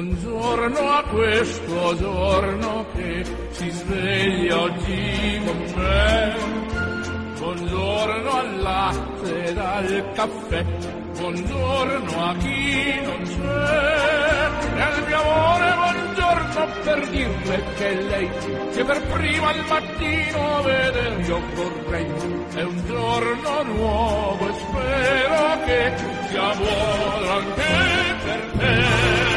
Buongiorno a questo giorno che si sveglia oggi con me. Buongiorno al latte ed al caffè, buongiorno a chi non c'è. E al mio amore buongiorno per dirle che lei, che per prima al mattino vedere io vorrei. È un giorno nuovo e spero che sia buono anche per te.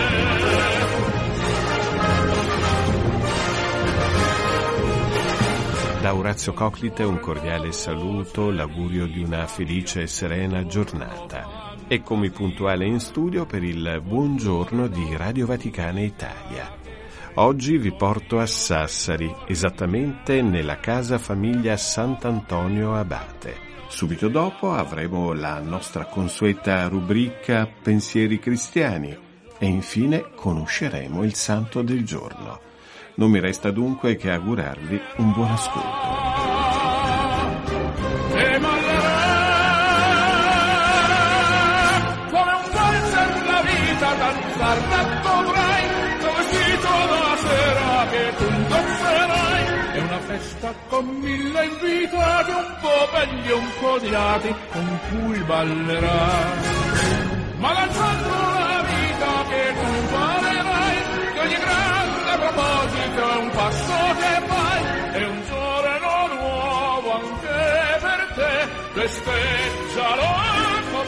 Da Orazio Coclite un cordiale saluto, l'augurio di una felice e serena giornata. Eccomi puntuale in studio per il buongiorno di Radio Vaticana Italia. Oggi vi porto a Sassari, esattamente nella casa famiglia Sant'Antonio Abate. Subito dopo avremo la nostra consueta rubrica Pensieri cristiani e infine conosceremo il santo del giorno. Non mi resta dunque che augurarvi un buon ascolto. Come un valzer la vita danzar dovrai, vestito da sera che tu indosserai. È una festa con 1000 invitati, un po' belli e un po' odiati, con cui ballerai. Ma lanciando la vita che tu farerai, che ogni grande proposito è un passo che fai, è un giorno nuovo anche per te, festeggialo con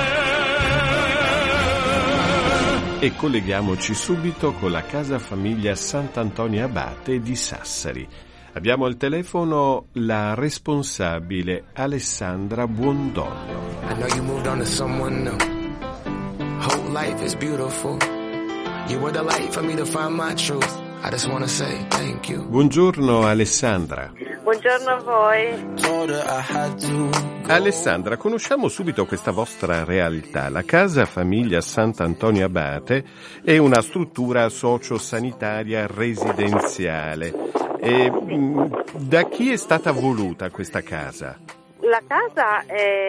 me. E colleghiamoci subito con la casa famiglia Sant'Antonio Abate di Sassari. Abbiamo al telefono la responsabile Alessandra Buondonno. I know you moved on to someone new. Whole life is beautiful. You were the light for me to find my truth. I just want to say thank you. Buongiorno Alessandra. Buongiorno a voi. Alessandra, conosciamo subito questa vostra realtà. La casa famiglia Sant'Antonio Abate è una struttura sociosanitaria residenziale. Da chi è stata voluta questa casa? La casa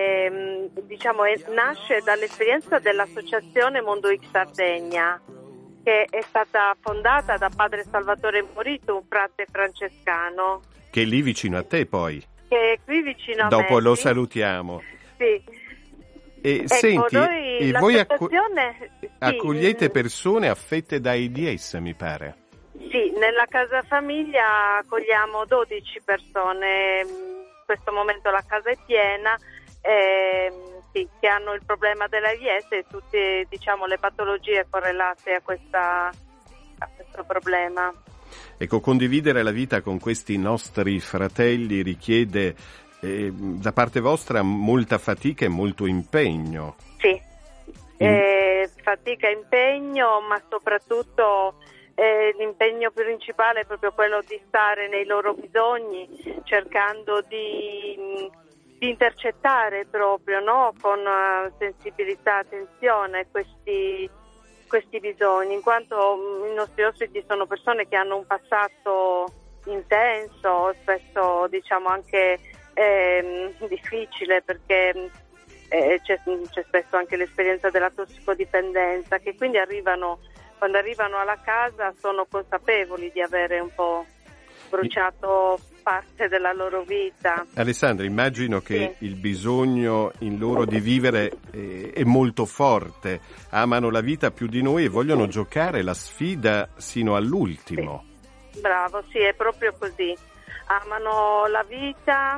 nasce dall'esperienza dell'associazione Mondo X Sardegna, che è stata fondata da padre Salvatore Morito, un frate francescano. Che è lì vicino a te poi. Che è qui vicino a me. Dopo lo salutiamo. Sì. E senti, voi accogliete sì, persone affette da AIDS, mi pare. Sì, nella casa famiglia accogliamo 12 persone. In questo momento la casa è piena. Sì, che hanno il problema dell'AIDS e tutte, le patologie correlate a questo problema. Ecco, condividere la vita con questi nostri fratelli richiede da parte vostra molta fatica e molto impegno. Sì, fatica e impegno, ma soprattutto l'impegno principale è proprio quello di stare nei loro bisogni, cercando di intercettare proprio, no, con sensibilità, attenzione questi bisogni, in quanto i nostri ospiti sono persone che hanno un passato intenso, spesso anche difficile, perché c'è spesso anche l'esperienza della tossicodipendenza, che quindi quando arrivano alla casa sono consapevoli di avere un po' bruciato parte della loro vita. Alessandra, immagino che sì, il bisogno in loro di vivere è molto forte, amano la vita più di noi e vogliono giocare la sfida sino all'ultimo. Sì. Bravo, sì, è proprio così. Amano la vita,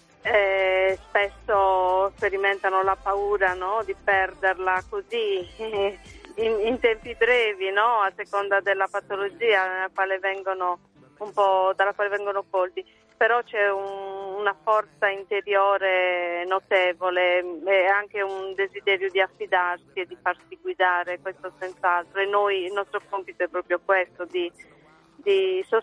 spesso sperimentano la paura, no, di perderla così in tempi brevi, no, a seconda della patologia dalla quale vengono colti, però c'è una forza interiore notevole e anche un desiderio di affidarsi e di farsi guidare, questo senz'altro, e il nostro compito è proprio questo, di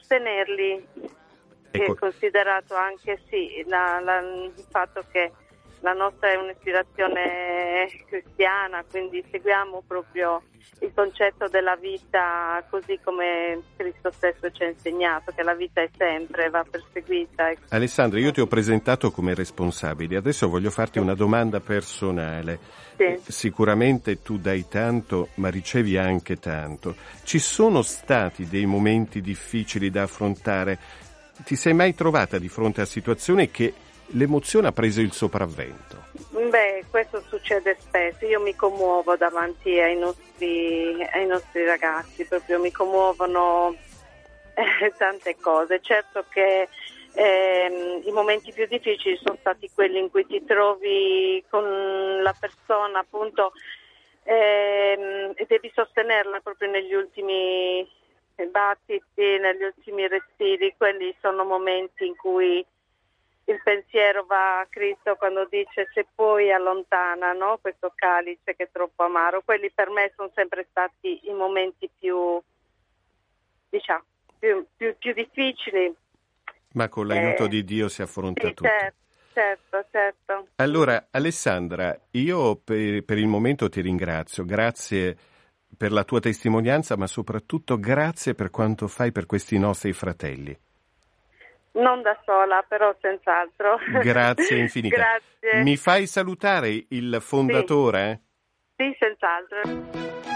sostenerli. Ecco. È considerato anche il fatto che La nostra è un'ispirazione cristiana, quindi seguiamo proprio il concetto della vita così come Cristo stesso ci ha insegnato, che la vita è sempre, va perseguita. Alessandra, io ti ho presentato come responsabile, adesso voglio farti una domanda personale. Sì. Sicuramente tu dai tanto, ma ricevi anche tanto. Ci sono stati dei momenti difficili da affrontare? Ti sei mai trovata di fronte a situazioni che l'emozione ha preso il sopravvento? Beh, questo succede spesso. Io mi commuovo davanti ai nostri ragazzi, proprio mi commuovono tante cose. Certo che i momenti più difficili sono stati quelli in cui ti trovi con la persona, appunto, e devi sostenerla proprio negli ultimi battiti, negli ultimi respiri. Quelli sono momenti in cui il pensiero va a Cristo quando dice: se puoi allontana, no? Questo calice che è troppo amaro. Quelli per me sono sempre stati i momenti più difficili. Ma con l'aiuto di Dio si affronta sì, tutto. Certo. Allora, Alessandra, io per il momento ti ringrazio. Grazie per la tua testimonianza, ma soprattutto grazie per quanto fai per questi nostri fratelli. Non da sola, però senz'altro. Grazie infinite. Grazie. Mi fai salutare il fondatore? Sì, senz'altro.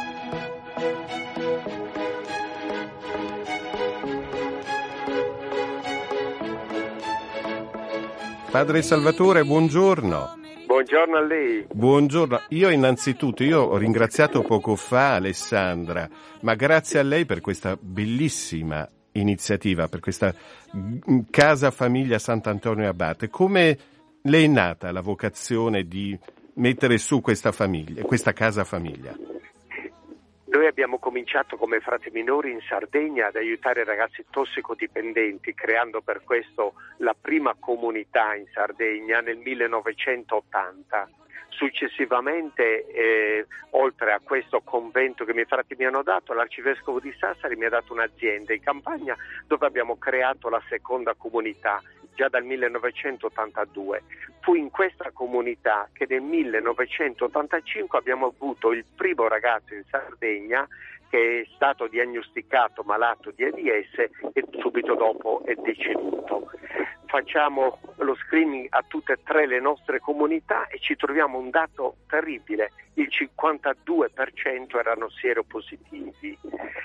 Padre Salvatore, buongiorno. Buongiorno a lei. Buongiorno. Io ho ringraziato poco fa Alessandra, ma grazie a lei per questa bellissima iniziativa, per questa Casa Famiglia Sant'Antonio Abate. Come le è nata la vocazione di mettere su questa famiglia, questa Casa Famiglia? Noi abbiamo cominciato come frati minori in Sardegna ad aiutare ragazzi tossicodipendenti, creando per questo la prima comunità in Sardegna nel 1980. Successivamente, oltre a questo convento che i miei frati mi hanno dato, l'arcivescovo di Sassari mi ha dato un'azienda in Campania dove abbiamo creato la seconda comunità già dal 1982. Fu in questa comunità che nel 1985 abbiamo avuto il primo ragazzo in Sardegna che è stato diagnosticato malato di AIDS e subito dopo è deceduto. Facciamo lo screening a tutte e tre le nostre comunità e ci troviamo un dato terribile: il 52% erano sieropositivi.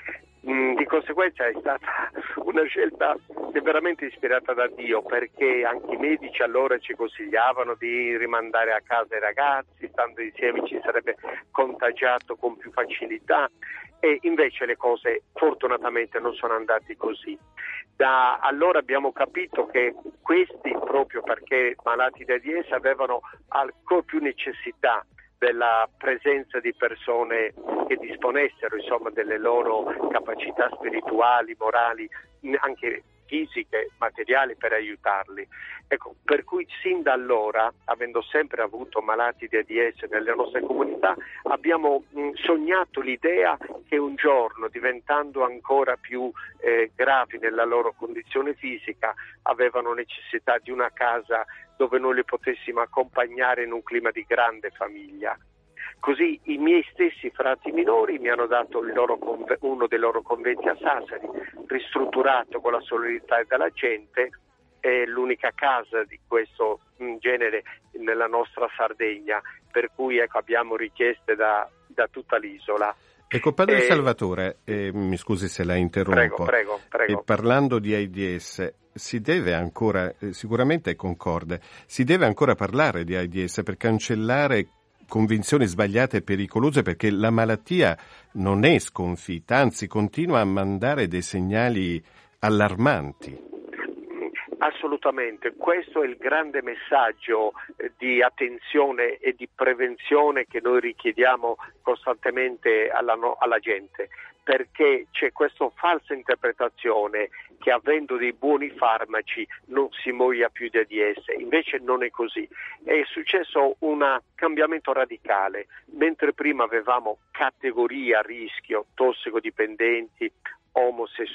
Di conseguenza è stata una scelta veramente ispirata da Dio, perché anche i medici allora ci consigliavano di rimandare a casa i ragazzi, stando insieme ci sarebbe contagiato con più facilità, e invece le cose fortunatamente non sono andate così. Da allora abbiamo capito che questi, proprio perché malati di AIDS, avevano ancora più necessità della presenza di persone che disponessero insomma delle loro capacità spirituali, morali, anche fisiche, materiali, per aiutarli. Ecco, per cui sin da allora, avendo sempre avuto malati di AIDS nelle nostre comunità, abbiamo sognato l'idea che un giorno, diventando ancora più gravi nella loro condizione fisica, avevano necessità di una casa dove noi li potessimo accompagnare in un clima di grande famiglia. Così i miei stessi frati minori mi hanno dato uno dei loro conventi a Sassari, ristrutturato con la solidarietà della gente, è l'unica casa di questo genere nella nostra Sardegna, per cui abbiamo richieste da tutta l'isola. Ecco, Padre Salvatore, mi scusi se la interrompo. Prego. Parlando di AIDS, si deve ancora, sicuramente concorde, si deve ancora parlare di AIDS per cancellare convinzioni sbagliate e pericolose, perché la malattia non è sconfitta, anzi continua a mandare dei segnali allarmanti. Assolutamente, questo è il grande messaggio di attenzione e di prevenzione che noi richiediamo costantemente alla gente, perché c'è questa falsa interpretazione che avendo dei buoni farmaci non si muoia più di AIDS. Invece non è così. È successo un cambiamento radicale. Mentre prima avevamo categorie a rischio, tossicodipendenti,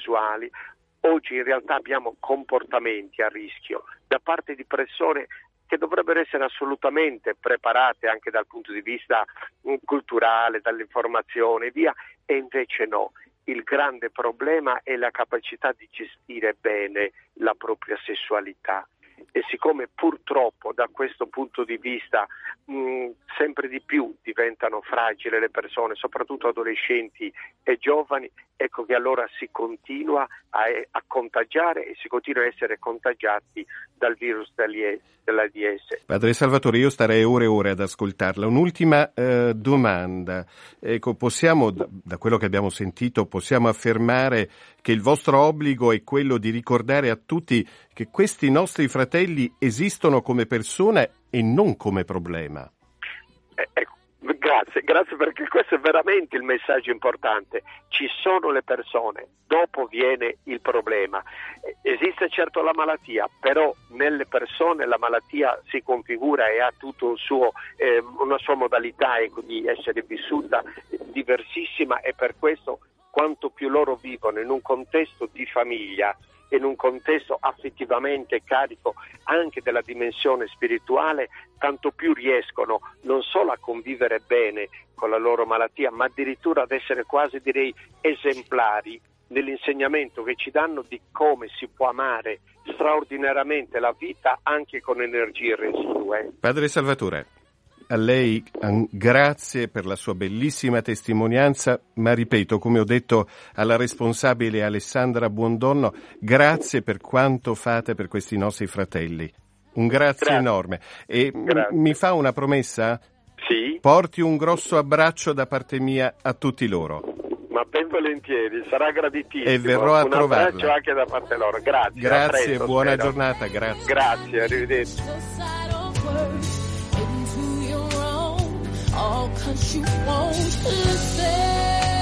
omosessuali, oggi in realtà abbiamo comportamenti a rischio da parte di persone che dovrebbero essere assolutamente preparate anche dal punto di vista culturale, dall'informazione e via, e invece no. Il grande problema è la capacità di gestire bene la propria sessualità. E siccome purtroppo da questo punto di vista sempre di più diventano fragili le persone, soprattutto adolescenti e giovani, ecco che allora si continua a contagiare e si continua a essere contagiati dal virus dell'AIDS. Padre Salvatore, io starei ore e ore ad ascoltarla. Un'ultima domanda. Ecco, possiamo, da quello che abbiamo sentito, possiamo affermare che il vostro obbligo è quello di ricordare a tutti che questi nostri fratelli esistono come persone e non come problema. Grazie perché questo è veramente il messaggio importante. Ci sono le persone, dopo viene il problema. Esiste certo la malattia, però nelle persone la malattia si configura e ha tutto un suo, una sua modalità di essere vissuta diversissima, e per questo quanto più loro vivono in un contesto di famiglia, in un contesto affettivamente carico anche della dimensione spirituale, tanto più riescono non solo a convivere bene con la loro malattia, ma addirittura ad essere quasi, direi, esemplari nell'insegnamento che ci danno di come si può amare straordinariamente la vita anche con energie residue. Padre Salvatore, a lei grazie per la sua bellissima testimonianza, ma ripeto, come ho detto alla responsabile Alessandra Buondonno, grazie per quanto fate per questi nostri fratelli. Un grazie enorme. E grazie. Mi fa una promessa? Sì. Porti un grosso abbraccio da parte mia a tutti loro. Ma ben volentieri, sarà graditissimo. E verrò a trovarla. Un abbraccio anche da parte loro. Grazie. Grazie, presto, buona spero. giornata, grazie. Grazie, arrivederci. All 'cause you won't listen.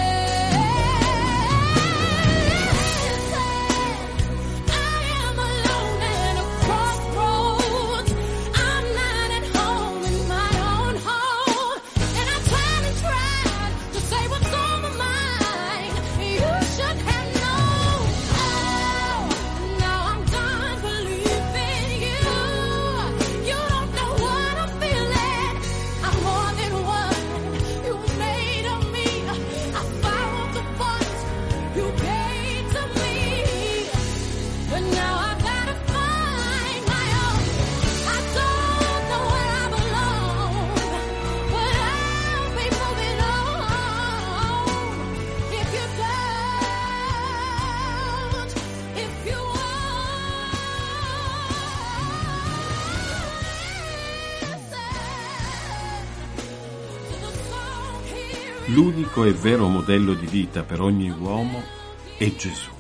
L'unico e vero modello di vita per ogni uomo è Gesù.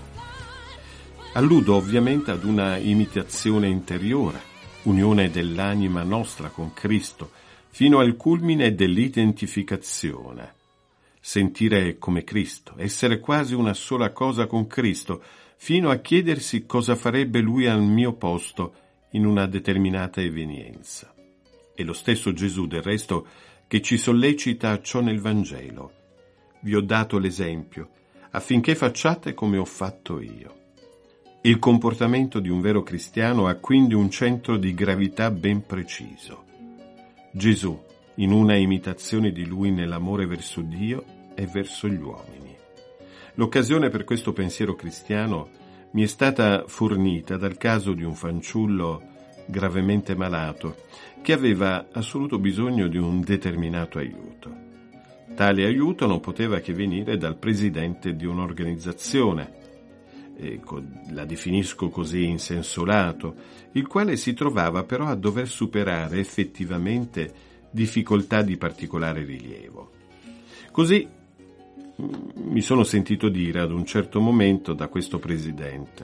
Alludo ovviamente ad una imitazione interiore, unione dell'anima nostra con Cristo, fino al culmine dell'identificazione. Sentire come Cristo, essere quasi una sola cosa con Cristo, fino a chiedersi cosa farebbe Lui al mio posto in una determinata evenienza. È lo stesso Gesù, del resto, che ci sollecita a ciò nel Vangelo. Vi ho dato l'esempio, affinché facciate come ho fatto io. Il comportamento di un vero cristiano ha quindi un centro di gravità ben preciso. Gesù, in una imitazione di Lui nell'amore verso Dio e verso gli uomini. L'occasione per questo pensiero cristiano mi è stata fornita dal caso di un fanciullo gravemente malato, che aveva assoluto bisogno di un determinato aiuto. Tale aiuto non poteva che venire dal presidente di un'organizzazione, la definisco così in senso lato, il quale si trovava però a dover superare effettivamente difficoltà di particolare rilievo. Così mi sono sentito dire ad un certo momento da questo presidente: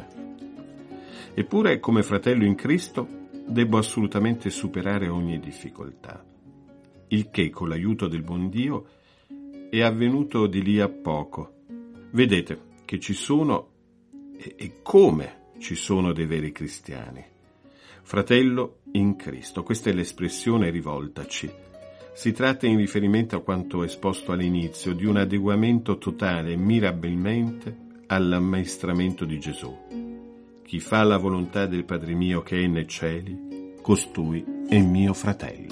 eppure come fratello in Cristo debbo assolutamente superare ogni difficoltà, il che con l'aiuto del buon Dio è avvenuto di lì a poco. Vedete che ci sono e come ci sono dei veri cristiani. Fratello in Cristo, questa è l'espressione rivoltaci. Si tratta, in riferimento a quanto esposto all'inizio, di un adeguamento totale mirabilmente all'ammaestramento di Gesù. Chi fa la volontà del Padre mio che è nei cieli, costui è mio fratello.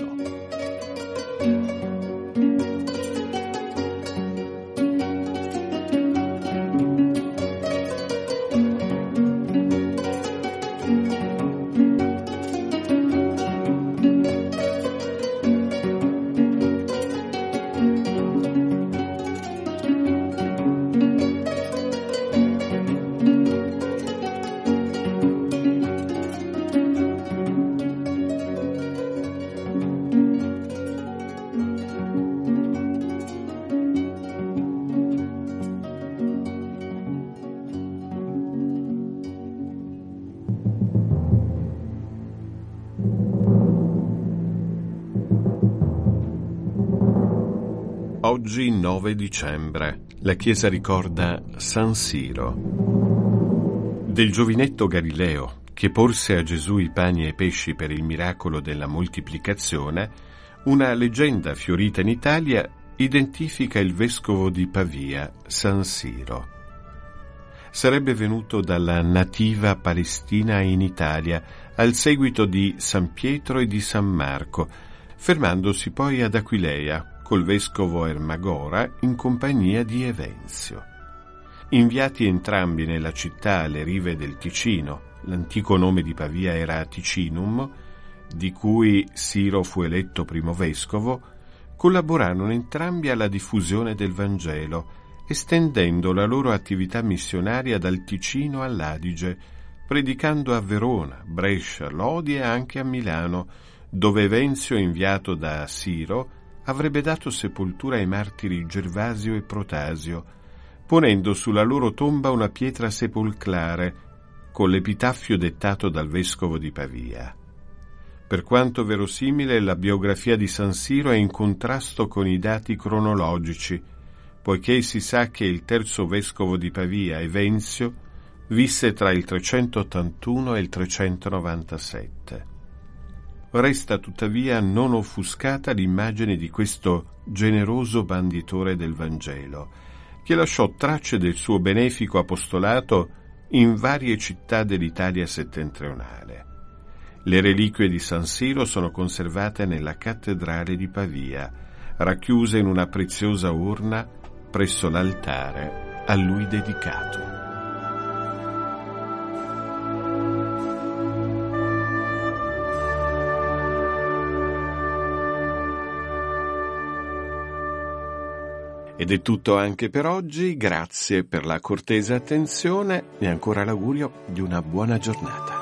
Oggi 9 dicembre, la Chiesa ricorda San Siro. Del giovinetto Galileo che porse a Gesù i pani e pesci per il miracolo della moltiplicazione, una leggenda fiorita in Italia identifica il vescovo di Pavia, San Siro. Sarebbe venuto dalla nativa Palestina in Italia al seguito di San Pietro e di San Marco, fermandosi poi ad Aquileia col vescovo Ermagora in compagnia di Evenzio. Inviati entrambi nella città alle rive del Ticino, l'antico nome di Pavia era Ticinum, di cui Siro fu eletto primo vescovo, collaborarono entrambi alla diffusione del Vangelo, estendendo la loro attività missionaria dal Ticino all'Adige, predicando a Verona, Brescia, Lodi e anche a Milano, dove Evenzio, inviato da Siro, avrebbe dato sepoltura ai martiri Gervasio e Protasio, ponendo sulla loro tomba una pietra sepolcrale con l'epitaffio dettato dal vescovo di Pavia. Per quanto verosimile, la biografia di San Siro è in contrasto con i dati cronologici, poiché si sa che il terzo vescovo di Pavia, Evenzio, visse tra il 381 e il 397. Resta tuttavia non offuscata l'immagine di questo generoso banditore del Vangelo, che lasciò tracce del suo benefico apostolato in varie città dell'Italia settentrionale. Le reliquie di San Siro sono conservate nella cattedrale di Pavia, racchiuse in una preziosa urna presso l'altare a lui dedicato. Ed è tutto anche per oggi, grazie per la cortese attenzione e ancora l'augurio di una buona giornata.